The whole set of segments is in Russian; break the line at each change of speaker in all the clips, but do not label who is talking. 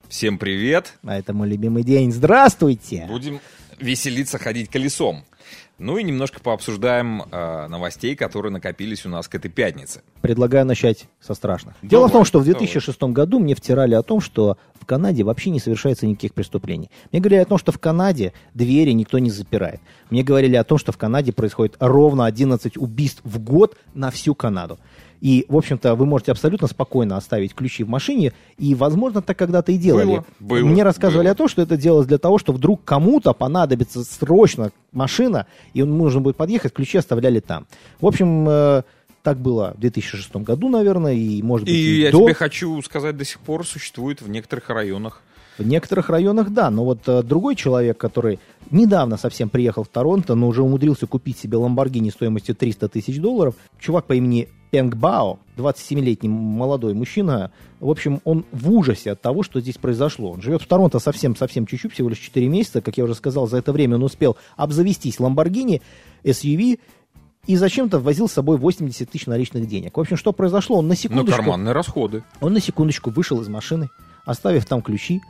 Всем привет!
А это мой любимый день. Здравствуйте!
Будем веселиться, ходить колесом. Ну и немножко пообсуждаем новостей, которые накопились у нас к этой пятнице.
Предлагаю начать со страшных. Дело в том, что в 2006 году мне втирали о том, что в Канаде вообще не совершается никаких преступлений. Мне говорили о том, что в Канаде двери никто не запирает. Мне говорили о том, что в Канаде происходит ровно 11 убийств в год на всю Канаду. И, в общем-то, вы можете абсолютно спокойно оставить ключи в машине, и, возможно, так когда-то и делали. Мне рассказывали о том, что это делалось для того, что вдруг кому-то понадобится срочно машина, и нужно будет подъехать, ключи оставляли там. В общем, так было в 2006 году, наверное, и, может быть,
и я
до.
тебе хочу сказать, до сих пор существует в некоторых районах.
В некоторых районах, да, но вот другой человек, который недавно совсем приехал в Торонто, но уже умудрился купить себе Lamborghini стоимостью $300 тысяч, чувак по имени Пенг Бао, 27-летний молодой мужчина, в общем, он в ужасе от того, что здесь произошло. Он живет в Торонто совсем чуть-чуть, всего лишь 4 месяца, как я уже сказал, за это время он успел обзавестись Lamborghini, SUV, и зачем-то возил с собой 80 тысяч наличных денег. В общем, что произошло? Он на секундочку...
карманные расходы.
Он на секундочку вышел из машины, оставив там ключи,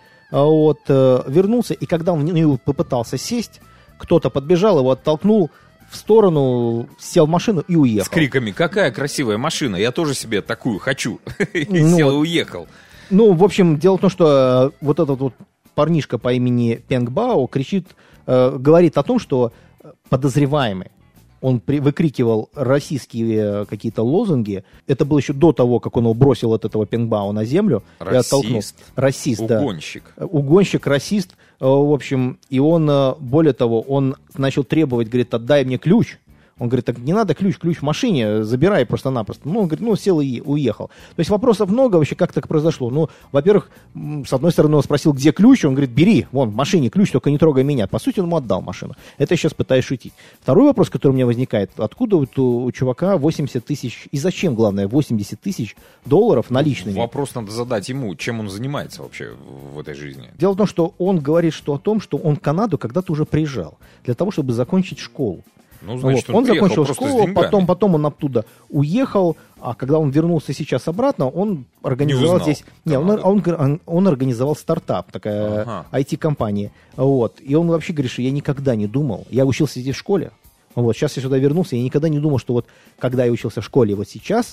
вернулся, и когда он попытался сесть, кто-то подбежал, его оттолкнул в сторону, сел в машину и уехал.
С криками: «Какая красивая машина, я тоже себе такую хочу!» И сел и уехал.
Ну, в общем, дело в том, что вот этот вот парнишка по имени Пенг Бао кричит, говорит о том, что подозреваемый, он выкрикивал российские какие-то лозунги. Это было еще до того, как он его бросил от этого Пенгбао на землю. И оттолкнул. Расист,
угонщик.
Да. Угонщик, расист. В общем, и он, более того, он начал требовать, говорит, отдай мне ключ. Он говорит, так не надо ключ в машине, забирай просто-напросто. Ну, он говорит, сел и уехал. То есть вопросов много вообще, как так произошло. Ну, во-первых, с одной стороны, он спросил, где ключ, он говорит, бери, вон, в машине ключ, только не трогай меня. По сути, он ему отдал машину. Это я сейчас пытаюсь шутить. Второй вопрос, который у меня возникает, откуда у чувака 80 тысяч, и зачем, главное, 80 тысяч долларов наличными?
Вопрос надо задать ему, чем он занимается вообще в этой жизни.
Дело в том, что он говорит о том, что он в Канаду когда-то уже приезжал, для того, чтобы закончить школу.
Ну, значит,
он закончил школу, потом он оттуда уехал, а когда он вернулся сейчас обратно, он организовал здесь... Он организовал стартап, такая IT-компания. И он вообще говорит, что я никогда не думал, я учился здесь в школе, сейчас я сюда вернулся, я никогда не думал, что когда я учился в школе, сейчас...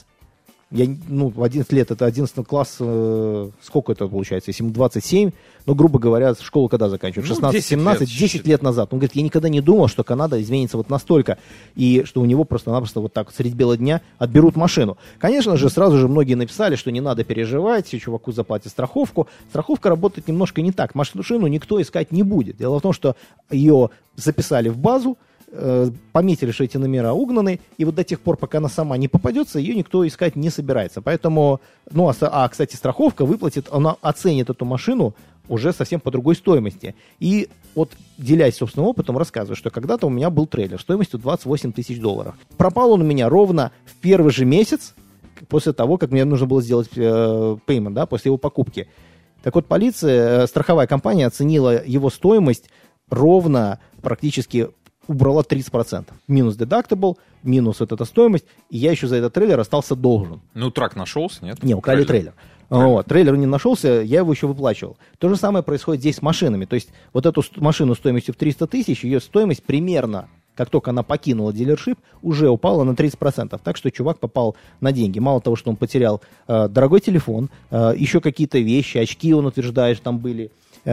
в 11 лет, это 11 класс, сколько это получается, если ему 27, грубо говоря, школу когда заканчивают? 16-17, 10 лет назад. Он говорит, я никогда не думал, что Канада изменится настолько, и что у него просто-напросто так средь бела дня отберут машину. Конечно же, сразу же многие написали, что не надо переживать, чуваку заплатят страховку. Страховка работает немножко не так. Машину никто искать не будет. Дело в том, что ее записали в базу, пометили, что эти номера угнаны, и до тех пор, пока она сама не попадется, ее никто искать не собирается. Поэтому, кстати, страховка выплатит, она оценит эту машину уже совсем по другой стоимости. И делясь собственным опытом, рассказываю, что когда-то у меня был трейлер стоимостью $28 тысяч. Пропал он у меня ровно в первый же месяц после того, как мне нужно было сделать payment, после его покупки. Так вот, полиция, страховая компания оценила его стоимость ровно практически убрала 30%. Минус deductible, минус эта стоимость, и я еще за этот трейлер остался должен.
Трак нашелся, нет?
Не, украли трейлер. Трейлер не нашелся, я его еще выплачивал. То же самое происходит здесь с машинами. То есть эту машину стоимостью в 300 тысяч, ее стоимость примерно, как только она покинула дилершип, уже упала на 30%. Так что чувак попал на деньги. Мало того, что он потерял дорогой телефон, еще какие-то вещи, очки, он утверждает, там были,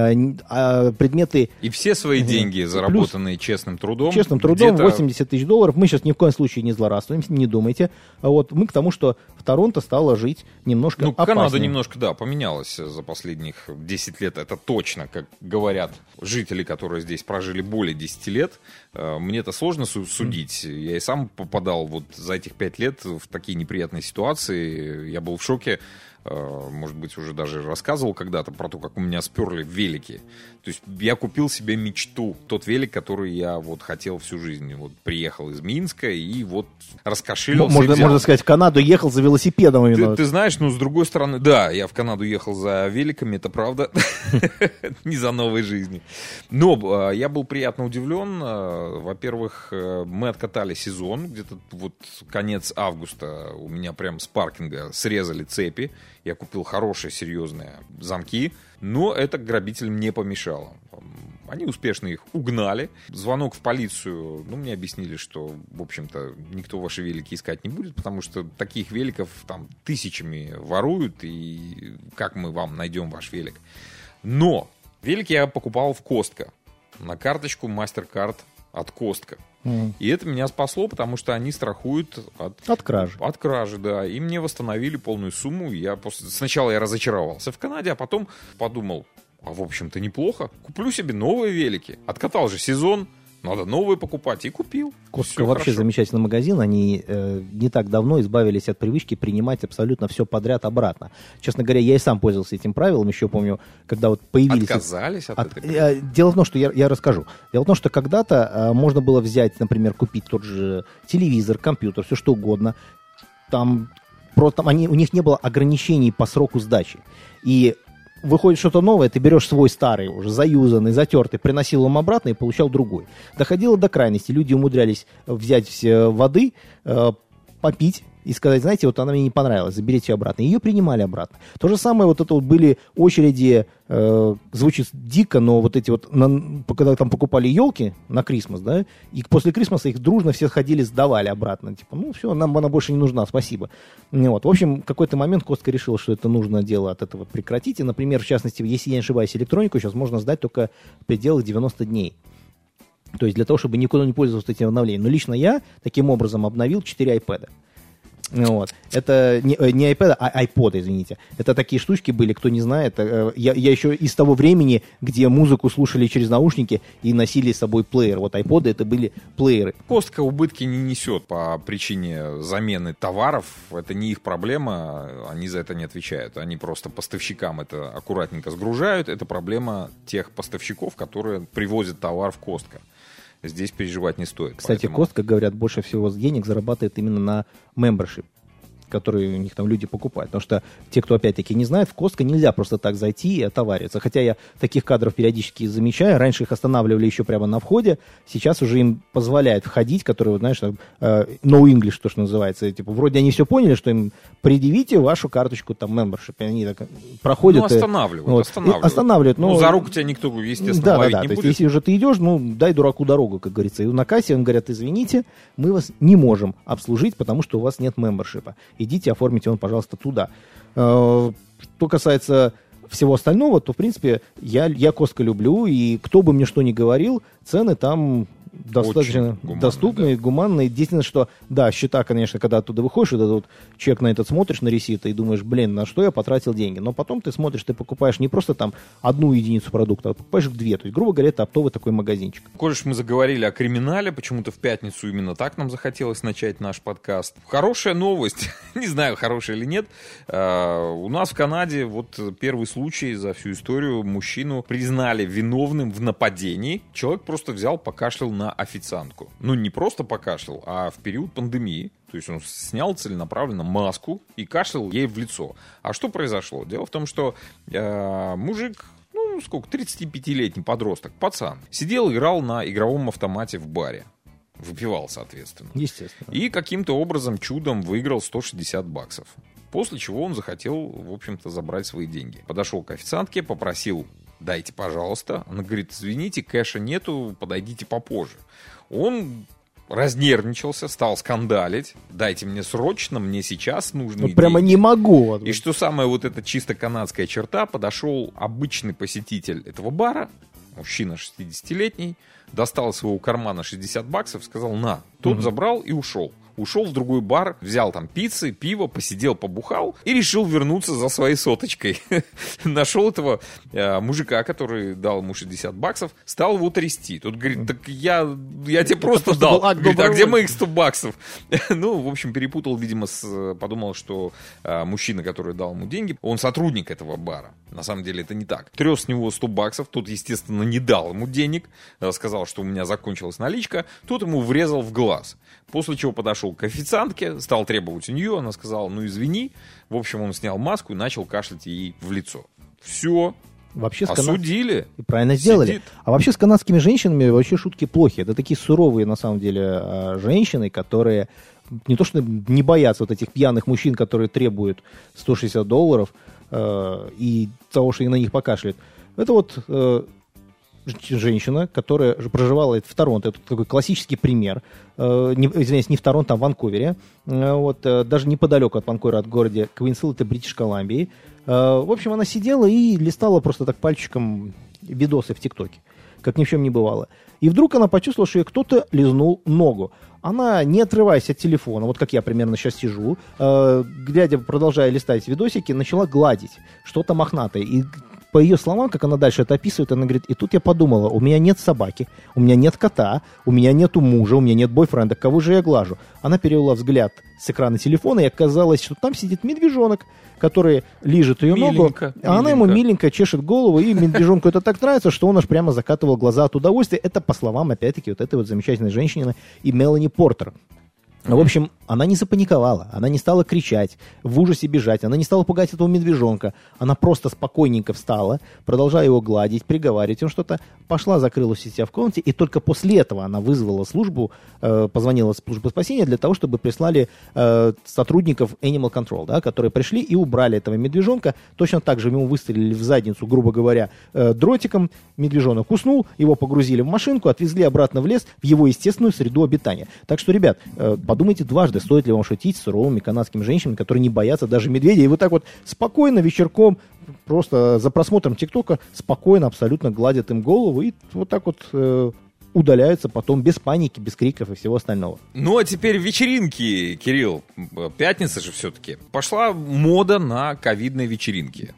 предметы...
И все свои деньги, заработанные честным трудом.
Честным трудом, $80 тысяч. Мы сейчас ни в коем случае не злорадствуем, не думайте. Мы к тому, что в Торонто стало жить немножко опаснее.
Канада немножко, поменялась за последних 10 лет. Это точно, как говорят жители, которые здесь прожили более 10 лет. Мне это сложно судить. Я и сам попадал за этих 5 лет в такие неприятные ситуации. Я был в шоке. Может быть, уже даже рассказывал когда-то про то, как у меня сперли велики. То есть я купил себе мечту, тот велик, который я хотел всю жизнь. Приехал из Минска и раскошелился.
Можно сказать, в Канаду ехал за велосипедом именно.
Ты знаешь, с другой стороны, да, я в Канаду ехал за великами, это правда. Не за новой жизнью. Но я был приятно удивлен. Во-первых, мы откатали сезон, где-то конец августа у меня прям с паркинга срезали цепи. Я купил хорошие, серьезные замки, но это грабителям не помешало. Они успешно их угнали. Звонок в полицию, мне объяснили, что, в общем-то, никто ваши велики искать не будет, потому что таких великов там тысячами воруют, и как мы вам найдем ваш велик? Но велик я покупал в Костко на карточку MasterCard от Костко. И это меня спасло, потому что они страхуют
от кражи.
От кражи, да. И мне восстановили полную сумму. Сначала я разочаровался в Канаде, а потом подумал, в общем-то, неплохо. Куплю себе новые велики. Откатал же сезон, надо новые покупать. И купил.
Костко вообще хорошо. Замечательный магазин. Они не так давно избавились от привычки принимать абсолютно все подряд обратно. Честно говоря, я и сам пользовался этим правилом. Еще помню, когда вот появились...
Отказались от этой?
Дело в том, что я расскажу. Дело в том, что когда-то можно было взять, например, купить тот же телевизор, компьютер, все что угодно. Там у них не было ограничений по сроку сдачи. И выходит что-то новое, ты берешь свой старый, уже заюзанный, затертый, приносил им обратно и получал другой. Доходило до крайности. Люди умудрялись взять воды, попить и сказать, знаете, вот она мне не понравилась, заберите ее обратно. Ее принимали обратно. То же самое, вот это вот были очереди, звучит дико, но вот эти вот, когда там покупали елки на Крисмас, да, и после Крисмаса их дружно все ходили, сдавали обратно. Типа, все, нам она больше не нужна, спасибо. Вот. В общем, в какой-то момент Костко решил, что это нужно дело от этого прекратить. И, например, в частности, если я не ошибаюсь, электронику сейчас можно сдать только в пределах 90 дней. То есть для того, чтобы никуда не пользоваться этим обновлением. Но лично я таким образом обновил 4 iPad. Вот. Это не iPad, а iPod, извините. Это такие штучки были, кто не знает. Я еще из того времени, где музыку слушали через наушники и носили с собой плеер. Вот iPod это были плееры.
Костко убытки не несет по причине замены товаров. Это не их проблема, они за это не отвечают. Они просто поставщикам это аккуратненько сгружают. Это проблема тех поставщиков, которые привозят товар в Костко. Здесь переживать не стоит.
Кстати, Костко, говорят, больше всего денег зарабатывает именно на membership, которые у них там люди покупают. Потому что те, кто опять-таки не знает, в Костко нельзя просто так зайти и отовариться. Хотя я таких кадров периодически замечаю. Раньше их останавливали еще прямо на входе. Сейчас уже им позволяют входить, которые, знаешь, no English, то, что называется. Типа, вроде они все поняли, что им предъявите вашу карточку там membership. И они так проходят.
Останавливают. За руку тебя никто, естественно, ловить не будет.
То есть, если уже ты идешь, дай дураку дорогу, как говорится. И на кассе им говорят, извините, мы вас не можем обслужить, потому что у вас нет membership. Идите, оформите он, пожалуйста, туда. Что касается всего остального, то, в принципе, я Костко люблю, и кто бы мне что ни говорил, цены там достаточно доступные, гуманные. Единственное, что, да, счета, конечно, когда оттуда выходишь, вот этот вот чек на этот смотришь, на реситы, и думаешь, на что я потратил деньги. Но потом ты смотришь, ты покупаешь не просто там одну единицу продукта, а покупаешь их 2. То есть, грубо говоря, это оптовый такой магазинчик.
Коль уж мы заговорили о криминале, почему-то в пятницу именно так нам захотелось начать наш подкаст. Хорошая новость, не знаю, хорошая или нет. У нас в Канаде вот первый случай за всю историю. Мужчину признали виновным в нападении. Человек просто взял, покашлял на официантку. Не просто покашлял, а в период пандемии. То есть он снял целенаправленно маску и кашлял ей в лицо. А что произошло? Дело в том, что мужик, 35-летний подросток, пацан, сидел, играл на игровом автомате в баре. Выпивал, соответственно.
Естественно.
И каким-то образом чудом выиграл $160. После чего он захотел, в общем-то, забрать свои деньги. Подошел к официантке, попросил: дайте, пожалуйста. Она говорит: извините, кэша нету, подойдите попозже. Он разнервничался, стал скандалить. Дайте мне срочно, мне сейчас нужны деньги.
Прямо не могу.
И что самое, вот эта чисто канадская черта, подошел обычный посетитель этого бара, мужчина 60-летний, достал из своего кармана $60, сказал: на. Тот забрал и ушел. Ушел в другой бар, взял там пиццы, пиво, посидел, побухал и решил вернуться за своей соточкой. Нашел этого мужика, который дал ему $60, стал его трясти. Тот говорит: так я тебе просто дал. Говорит: а где моих $100? В общем, перепутал, видимо, подумал, что мужчина, который дал ему деньги, он сотрудник этого бара. На самом деле это не так. Трес с него $100, тот, естественно, не дал ему денег, сказал, что у меня закончилась наличка, тот ему врезал в глаз. После чего подошел к официантке, стал требовать у нее, она сказала: извини. В общем, он снял маску и начал кашлять ей в лицо. Все.
Вообще
осудили.
И правильно сделали. Сидит. А вообще с канадскими женщинами вообще шутки плохи. Это такие суровые, на самом деле, женщины, которые не то что не боятся вот этих пьяных мужчин, которые требуют $160 и того, что и на них покашляют. Это вот женщина, которая проживала в Торонто. Это такой классический пример. Извиняюсь, не в Торонто, а в Ванкувере. Вот, даже неподалеку от Ванкувера, от города Квинсвилл, это Бритиш Колумбии. В общем, она сидела и листала просто так пальчиком видосы в ТикТоке, как ни в чем не бывало. И вдруг она почувствовала, что ей кто-то лизнул ногу. Она, не отрываясь от телефона, вот как я примерно сейчас сижу, глядя, продолжая листать видосики, начала гладить что-то мохнатое. И по ее словам, как она дальше это описывает, она говорит, и тут я подумала, у меня нет собаки, у меня нет кота, у меня нету мужа, у меня нет бойфренда, кого же я глажу? Она перевела взгляд с экрана телефона, и оказалось, что там сидит медвежонок, который лижет ее ногу, а она ему миленько чешет голову, и медвежонку это так нравится, что он аж прямо закатывал глаза от удовольствия. Это по словам, опять-таки, вот этой вот замечательной женщины и Мелани Портер. В общем, она не запаниковала, она не стала кричать, в ужасе бежать, она не стала пугать этого медвежонка, она просто спокойненько встала, продолжая его гладить, приговаривать ему что-то, пошла, закрылась у себя в комнате, и только после этого она вызвала службу, позвонила в службу спасения для того, чтобы прислали сотрудников Animal Control, да, которые пришли и убрали этого медвежонка, точно так же ему выстрелили в задницу, грубо говоря, дротиком, медвежонок уснул, его погрузили в машинку, отвезли обратно в лес, в его естественную среду обитания. Так что, ребят, подумайте дважды, стоит ли вам шутить с суровыми канадскими женщинами, которые не боятся даже медведя. И вот так вот спокойно вечерком, просто за просмотром ТикТока, спокойно абсолютно гладят им голову и вот так вот удаляются потом без паники, без криков и всего остального.
Ну, а теперь вечеринки, Кирилл. Пятница же все-таки. Пошла мода на ковидные вечеринки.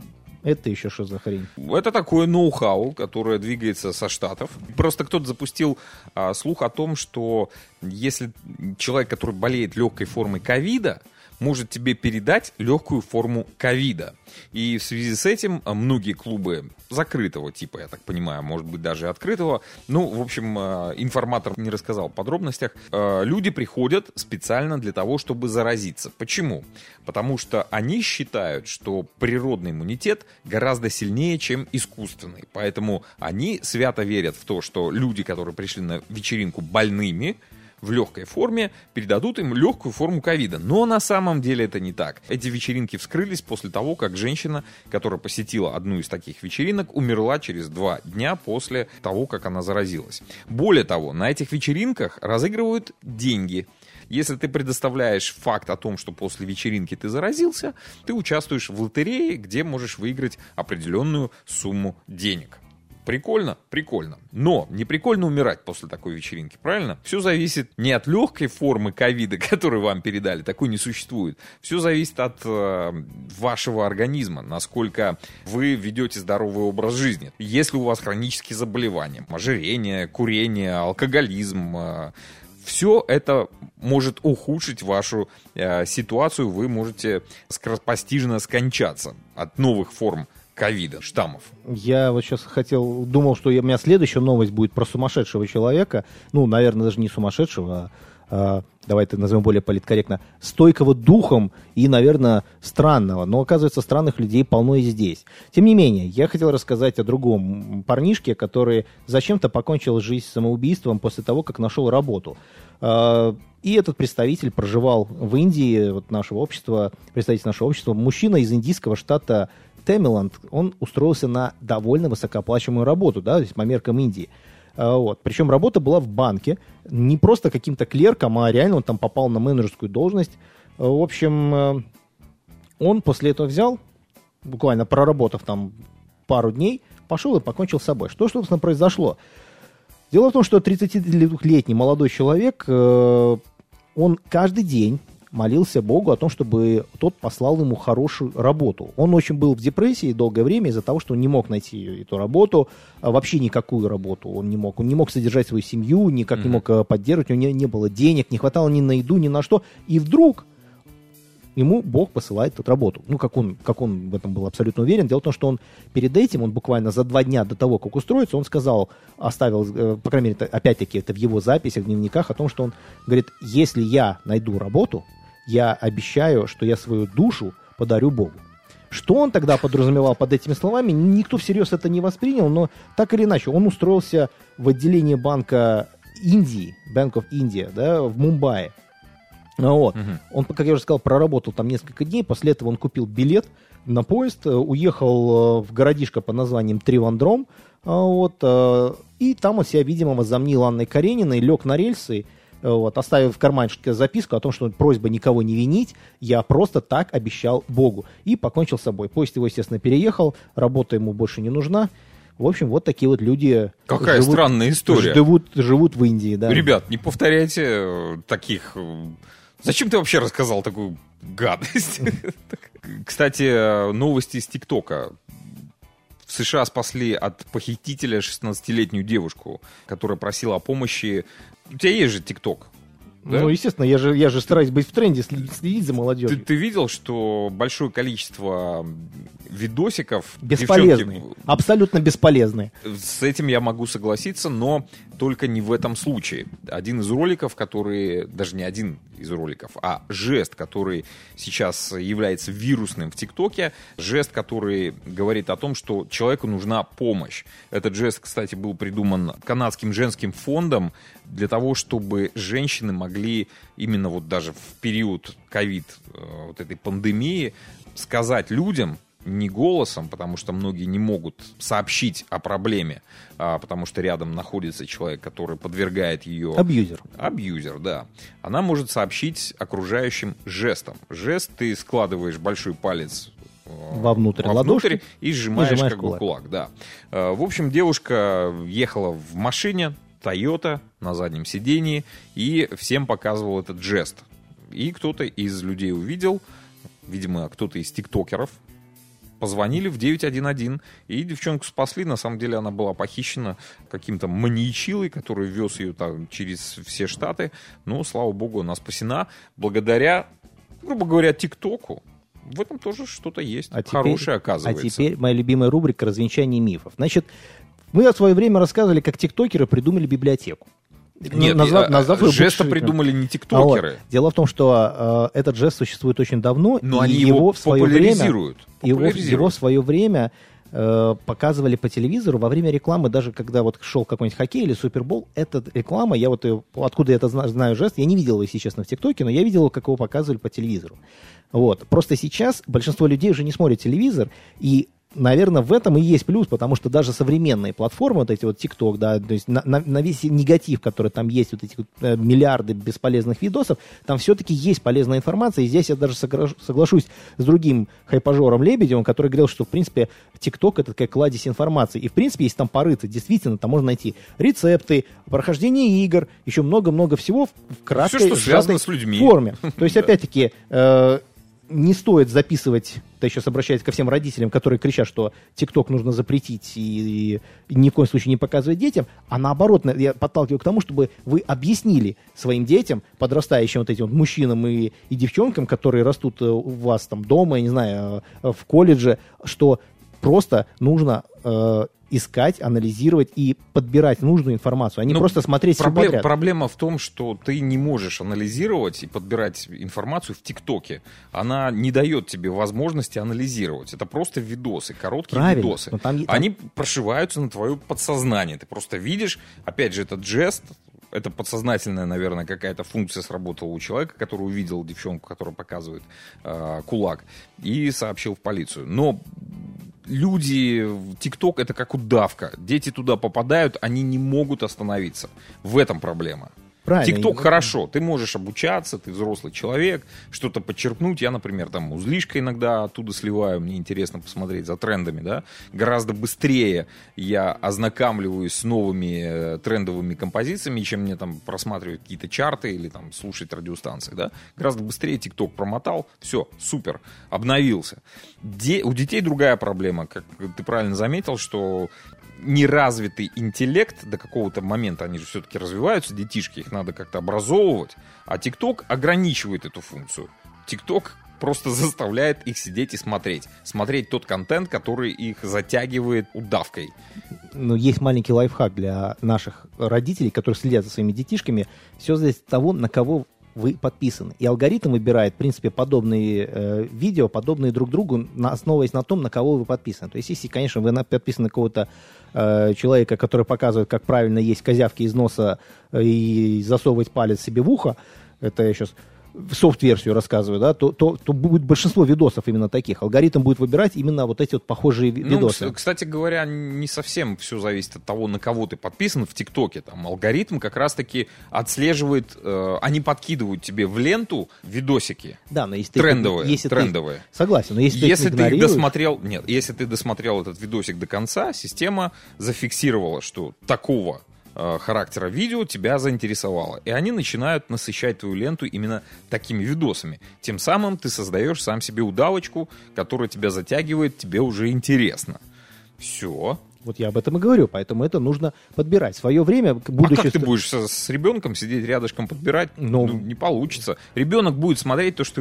Это еще что за хрень?
Это такое ноу-хау, которое двигается со Штатов. Просто кто-то запустил слух о том, что если человек, который болеет легкой формой ковида, может тебе передать легкую форму ковида. И в связи с этим многие клубы закрытого типа, я так понимаю, может быть даже открытого, ну, в общем, информатор не рассказал в подробностях, люди приходят специально для того, чтобы заразиться. Почему? Потому что они считают, что природный иммунитет гораздо сильнее, чем искусственный. Поэтому они свято верят в то, что люди, которые пришли на вечеринку больными, в легкой форме, передадут им легкую форму ковида. Но на самом деле это не так. Эти вечеринки вскрылись после того, как женщина, которая посетила одну из таких вечеринок, умерла через 2 дня после того, как она заразилась. Более того, на этих вечеринках разыгрывают деньги. Если ты предоставляешь факт о том, что после вечеринки ты заразился, ты участвуешь в лотерее, где можешь выиграть определенную сумму денег. Прикольно? Прикольно. Но не прикольно умирать после такой вечеринки, правильно? Все зависит не от легкой формы ковида, которую вам передали, такой не существует. Все зависит от вашего организма, насколько вы ведете здоровый образ жизни. Если у вас хронические заболевания, ожирение, курение, алкоголизм, все это может ухудшить вашу ситуацию, вы можете скоропостижно скончаться от новых форм ковида, штаммов.
Я вот сейчас думал, что у меня следующая новость будет про сумасшедшего человека. Ну, наверное, даже не сумасшедшего, давай это назовем более политкорректно, стойкого духом и, наверное, странного. Но, оказывается, странных людей полно и здесь. Тем не менее, я хотел рассказать о другом парнишке, который зачем-то покончил жизнь самоубийством после того, как нашел работу. И этот представитель проживал в Индии, вот нашего общества, представитель нашего общества, мужчина из индийского штата Тамиланд, он устроился на довольно высокооплачиваемую работу, да, то есть по меркам Индии. Вот. Причем работа была в банке, не просто каким-то клерком, а реально он там попал на менеджерскую должность. В общем, он после этого взял, буквально проработав там пару дней, пошел и покончил с собой. Что, собственно, произошло? Дело в том, что 32-летний молодой человек, он каждый день молился Богу о том, чтобы тот послал ему хорошую работу. Он очень был в депрессии долгое время из-за того, что он не мог найти эту работу, вообще никакую работу он не мог. Он не мог содержать свою семью, никак не мог поддерживать, у него не было денег, не хватало ни на еду, ни на что. И вдруг ему Бог посылает эту работу. Ну, как он в этом был абсолютно уверен. Дело в том, что он перед этим, он буквально за 2 дня до того, как устроиться, он сказал, оставил, по крайней мере, опять-таки, это в его записях, в дневниках, о том, что он говорит, если я найду работу, я обещаю, что я свою душу подарю Богу. Что он тогда подразумевал под этими словами, никто всерьез это не воспринял, но так или иначе, он устроился в отделение банка Индии, Bank of India, да, в Мумбаи. Вот. Он, как я уже сказал, проработал там несколько дней, после этого он купил билет на поезд, уехал в городишко под названием Тривандром, вот, и там он себя, видимо, возомнил Анной Карениной, лег на рельсы, вот, оставив в карманчике записку о том, что просьба никого не винить, я просто так обещал Богу, и покончил с собой. Поезд его, естественно, переехал, работа ему больше не нужна. В общем, вот такие вот люди...
Какая странная история.
Живут в Индии, да.
Ребят, не повторяйте таких... Зачем ты вообще рассказал такую гадость? Кстати, новости из ТикТока. В США спасли от похитителя 16-летнюю девушку, которая просила о помощи. У тебя есть же ТикТок?
Да? Ну, естественно, я же стараюсь быть в тренде, следить за молодежью.
Ты видел, что большое количество видосиков...
Бесполезные, абсолютно бесполезные.
С этим я могу согласиться, но только не в этом случае. Один из роликов, который... Даже не один из роликов, а жест, который сейчас является вирусным в ТикТоке, жест, который говорит о том, что человеку нужна помощь. Этот жест, кстати, был придуман канадским женским фондом для того, чтобы женщины могли именно вот даже в период ковид, вот этой пандемии, сказать людям, не голосом, потому что многие не могут сообщить о проблеме, потому что рядом находится человек, который подвергает ее... Абьюзер, да. Она может сообщить окружающим жестом. Жест, ты складываешь большой палец
вовнутрь ладоши
и сжимаешь как бы кулак. Да. В общем, девушка ехала в машине Toyota на заднем сидении и всем показывал этот жест. И кто-то из людей увидел, видимо, кто-то из тиктокеров, позвонили в 911, и девчонку спасли. На самом деле она была похищена каким-то маньячилой, который вез ее там через все штаты. Но, слава богу, она спасена благодаря, грубо говоря, ТикТоку. В этом тоже что-то есть. Хорошее, оказывается.
А теперь моя любимая рубрика «Развенчание мифов». Значит, мы в свое время рассказывали, как тиктокеры придумали библиотеку.
Нет, жеста придумали не тиктокеры.
Дело в том, что этот жест существует очень давно.
Но они его популяризируют.
Его в свое время показывали по телевизору во время рекламы, даже когда вот шел какой-нибудь хоккей или супербол. Эта реклама, я вот откуда я это знаю жест, я не видел его, если честно, в ТикТоке, но я видел, как его показывали по телевизору. Вот. Просто сейчас большинство людей уже не смотрят телевизор, и наверное, в этом и есть плюс, потому что даже современные платформы, вот эти вот TikTok, да, то есть на весь негатив, который там есть, вот эти вот миллиарды бесполезных видосов, там все-таки есть полезная информация, и здесь я даже соглашусь с другим хайпажором Лебедевым, который говорил, что, в принципе, TikTok — это такая кладезь информации, и, в принципе, если там порыться, действительно, там можно найти рецепты, прохождение игр, еще много-много всего в краткой,
все, что связано с людьми.
Форме. То есть, опять-таки, не стоит записывать, это сейчас обращаюсь ко всем родителям, которые кричат, что ТикТок нужно запретить и ни в коем случае не показывать детям, а наоборот, я подталкиваю к тому, чтобы вы объяснили своим детям, подрастающим вот этим вот мужчинам и девчонкам, которые растут у вас там дома, я не знаю, в колледже, что просто нужно искать, анализировать и подбирать нужную информацию, а не просто смотреть все подряд.
Проблема в том, что ты не можешь анализировать и подбирать информацию в ТикТоке. Она не дает тебе возможности анализировать. Это просто видосы, короткие видосы. Они прошиваются на твое подсознание. Ты просто видишь, опять же, этот жест. Это подсознательная, наверное, какая-то функция сработала у человека, который увидел девчонку, которая показывает кулак, и сообщил в полицию. Но люди, ТикТок — это как удавка. Дети туда попадают, они не могут остановиться. В этом проблема. ТикТок хорошо, ты можешь обучаться, ты взрослый человек, что-то подчеркнуть. Я, например, там узлишко иногда оттуда сливаю, мне интересно посмотреть за трендами, да. Гораздо быстрее я ознакомливаюсь с новыми трендовыми композициями, чем мне там просматривать какие-то чарты или там слушать радиостанции, да. Гораздо быстрее ТикТок промотал, все, супер, обновился. У детей другая проблема, как ты правильно заметил, что неразвитый интеллект до какого-то момента, они же все-таки развиваются, детишки, их надо как-то образовывать, а ТикТок ограничивает эту функцию. ТикТок просто заставляет их сидеть и смотреть. Смотреть тот контент, который их затягивает удавкой.
Ну, есть маленький лайфхак для наших родителей, которые следят за своими детишками. Все зависит от того, на кого вы подписаны. И алгоритм выбирает, в принципе, подобные видео, подобные друг другу, основываясь на том, на кого вы подписаны. То есть, если, конечно, вы подписаны на какого-то человека, который показывает, как правильно есть козявки из носа и засовывать палец себе в ухо, это я сейчас софт-версию рассказываю, да, то будет большинство видосов именно таких. Алгоритм будет выбирать именно вот эти вот похожие видосы.
Кстати говоря, не совсем все зависит от того, на кого ты подписан в ТикТоке. Там алгоритм как раз-таки отслеживает, они подкидывают тебе в ленту видосики.
Да, но если
трендовые.
Согласен, но
если ты досмотрел этот видосик до конца, система зафиксировала, что такого характера видео тебя заинтересовало. И они начинают насыщать твою ленту именно такими видосами. Тем самым ты создаешь сам себе удавочку, которая тебя затягивает, тебе уже интересно. Все.
Вот я об этом и говорю, поэтому это нужно подбирать. В свое время...
А как ты будешь с ребенком сидеть рядышком подбирать? Не получится. Ребенок будет смотреть то, что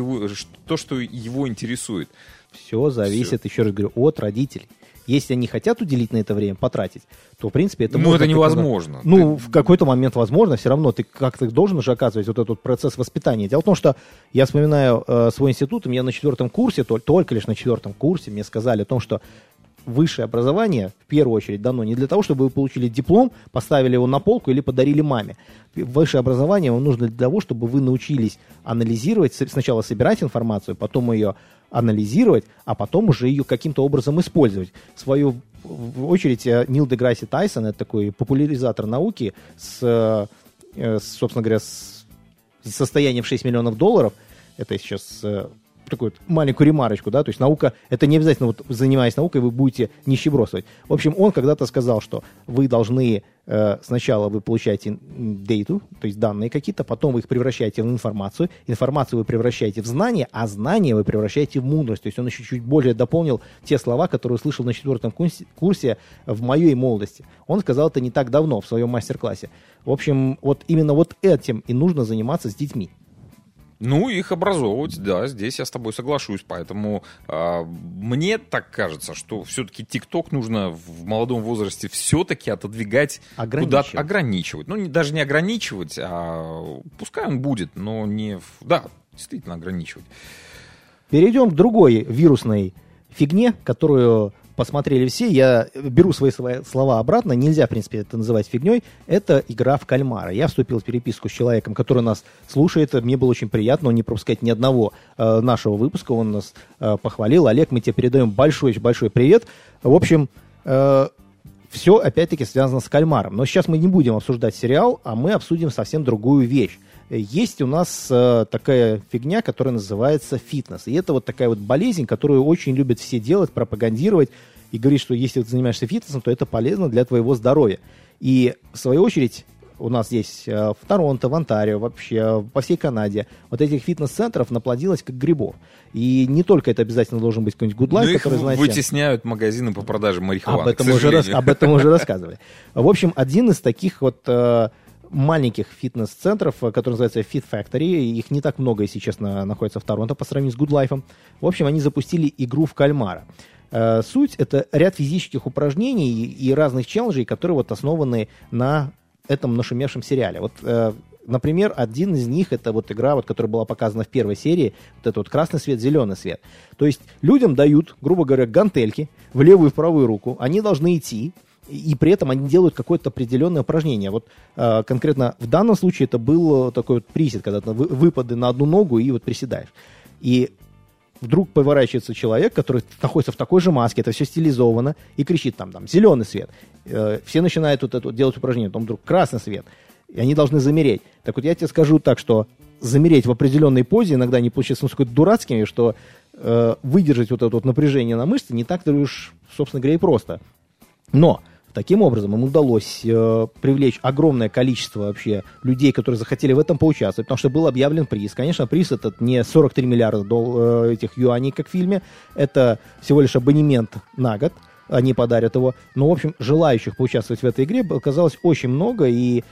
его интересует.
Все зависит, еще раз говорю, от родителей. Если они хотят уделить на это время, потратить, то, в принципе, это можно...
это невозможно.
В какой-то момент возможно, все равно ты как-то должен уже оказывать вот этот процесс воспитания. Дело в том, что я вспоминаю свой институт, я на 4 курсе, только лишь на 4 курсе мне сказали о том, что высшее образование, в первую очередь, дано не для того, чтобы вы получили диплом, поставили его на полку или подарили маме. Высшее образование вам нужно для того, чтобы вы научились анализировать, сначала собирать информацию, потом ее анализировать, а потом уже ее каким-то образом использовать. В свою очередь, Нил Деграсси Тайсон, это такой популяризатор науки собственно говоря, с состоянием в $6 миллионов. Это сейчас... такую маленькую ремарочку, да, то есть наука, это не обязательно, вот занимаясь наукой, вы будете нищебродствовать. В общем, он когда-то сказал, что вы должны, сначала вы получаете дейту, то есть данные какие-то, потом вы их превращаете в информацию вы превращаете в знания, а знания вы превращаете в мудрость. То есть он еще чуть более дополнил те слова, которые услышал на 4 курсе в моей молодости. Он сказал это не так давно в своем мастер-классе. В общем, вот именно вот этим и нужно заниматься с детьми.
Их образовывать, да, здесь я с тобой соглашусь. Поэтому мне так кажется, что все-таки ТикТок нужно в молодом возрасте все-таки отодвигать, куда-то ограничивать. Даже не ограничивать, а пускай он будет, но не... Да, действительно ограничивать.
Перейдем к другой вирусной фигне, которую... посмотрели все, я беру свои слова обратно, нельзя, в принципе, это называть фигней, это игра в кальмара. Я вступил в переписку с человеком, который нас слушает, мне было очень приятно, он не пропускает ни одного нашего выпуска, он нас похвалил. Олег, мы тебе передаем большой-большой привет. В общем, все опять-таки связано с кальмаром. Но сейчас мы не будем обсуждать сериал, а мы обсудим совсем другую вещь. Есть у нас такая фигня, которая называется фитнес. И это вот такая вот болезнь, которую очень любят все делать, пропагандировать и говорить, что если ты занимаешься фитнесом, то это полезно для твоего здоровья. И в свою очередь у нас здесь в Торонто, в Онтарио, вообще по всей Канаде вот этих фитнес-центров наплодилось как грибов. И не только это обязательно должен быть какой-нибудь Good Life, который, знаете...
вытесняют магазины по продаже марихуаны,
об этом уже рассказывали. В общем, один из таких вот... маленьких фитнес-центров, который называется Fit Factory. Их не так много, если честно, находится в Торонто по сравнению с Good Life. В общем, они запустили игру в кальмара. Суть — это ряд физических упражнений и разных челленджей, которые вот основаны на этом нашумевшем сериале. Вот, например, один из них — это вот игра, вот, которая была показана в первой серии, вот это вот красный свет, зеленый свет. То есть людям дают, грубо говоря, гантельки в левую и в правую руку, они должны идти, и при этом они делают какое-то определенное упражнение. Вот конкретно в данном случае это был такой вот присед, когда ты выпады на одну ногу и вот приседаешь. И вдруг поворачивается человек, который находится в такой же маске, это все стилизовано, и кричит там зеленый свет. Все начинают вот это делать упражнение, потом вдруг красный свет, и они должны замереть. Так вот я тебе скажу так, что замереть в определенной позе иногда не получается настолько дурацкими, что выдержать вот это вот напряжение на мышцы не так-то уж, собственно говоря, и просто. Но таким образом им удалось привлечь огромное количество вообще людей, которые захотели в этом поучаствовать, потому что был объявлен приз. Конечно, приз этот не 43 миллиарда этих юаней, как в фильме, это всего лишь абонемент на год, они подарят его. Но, в общем, желающих поучаствовать в этой игре оказалось очень много, и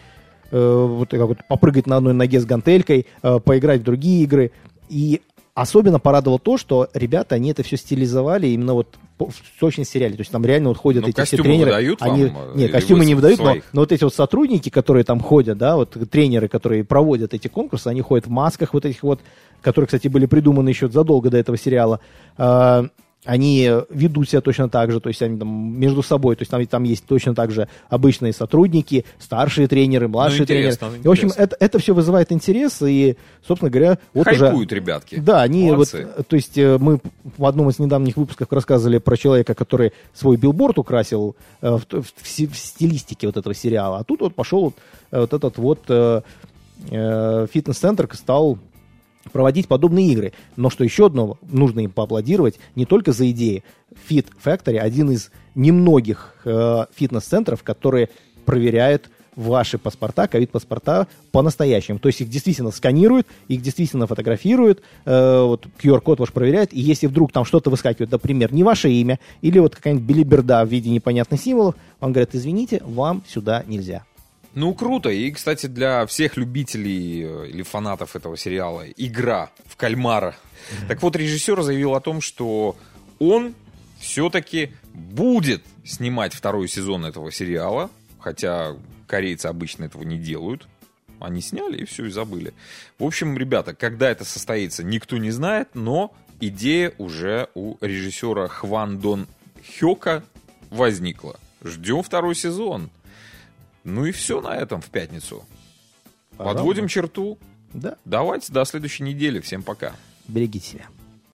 вот попрыгать на одной ноге с гантелькой, поиграть в другие игры. И особенно порадовало то, что ребята, они это все стилизовали именно вот в точности сериале. То есть там реально вот ходят эти все тренеры.
Выдают вам?
Нет, костюмы не выдают, но вот эти вот сотрудники, которые там ходят, да, вот тренеры, которые проводят эти конкурсы, они ходят в масках вот этих вот, которые, кстати, были придуманы еще задолго до этого сериала. Они ведут себя точно так же, то есть они там между собой, то есть там есть точно так же обычные сотрудники, старшие тренеры, младшие тренеры. И, в общем, это все вызывает интерес, и, собственно говоря, вот
хайпуют ребятки.
Да, они молодцы. Вот, то есть мы в одном из недавних выпусков рассказывали про человека, который свой билборд украсил в стилистике вот этого сериала, а тут вот пошел вот этот вот фитнес-центр стал проводить подобные игры. Но что еще одно, нужно им поаплодировать не только за идеи. Fit Factory один из немногих фитнес-центров, которые проверяют ваши паспорта, ковид-паспорта по-настоящему. То есть их действительно сканируют, их действительно фотографируют, вот QR-код ваш проверяет, и если вдруг там что-то выскакивает, например, не ваше имя, или вот какая-нибудь белиберда в виде непонятных символов, он говорит, извините, вам сюда нельзя.
Ну, круто. И, кстати, для всех любителей или фанатов этого сериала игра в кальмара. Так вот, режиссер заявил о том, что он все-таки будет снимать второй сезон этого сериала, хотя корейцы обычно этого не делают. Они сняли и все, и забыли. В общем, ребята, когда это состоится, никто не знает, но идея уже у режиссера Хван Дон Хёка возникла. Ждем второй сезон. Ну и все на этом в пятницу. Подводим черту.
Да.
Давайте до следующей недели. Всем пока.
Берегите себя.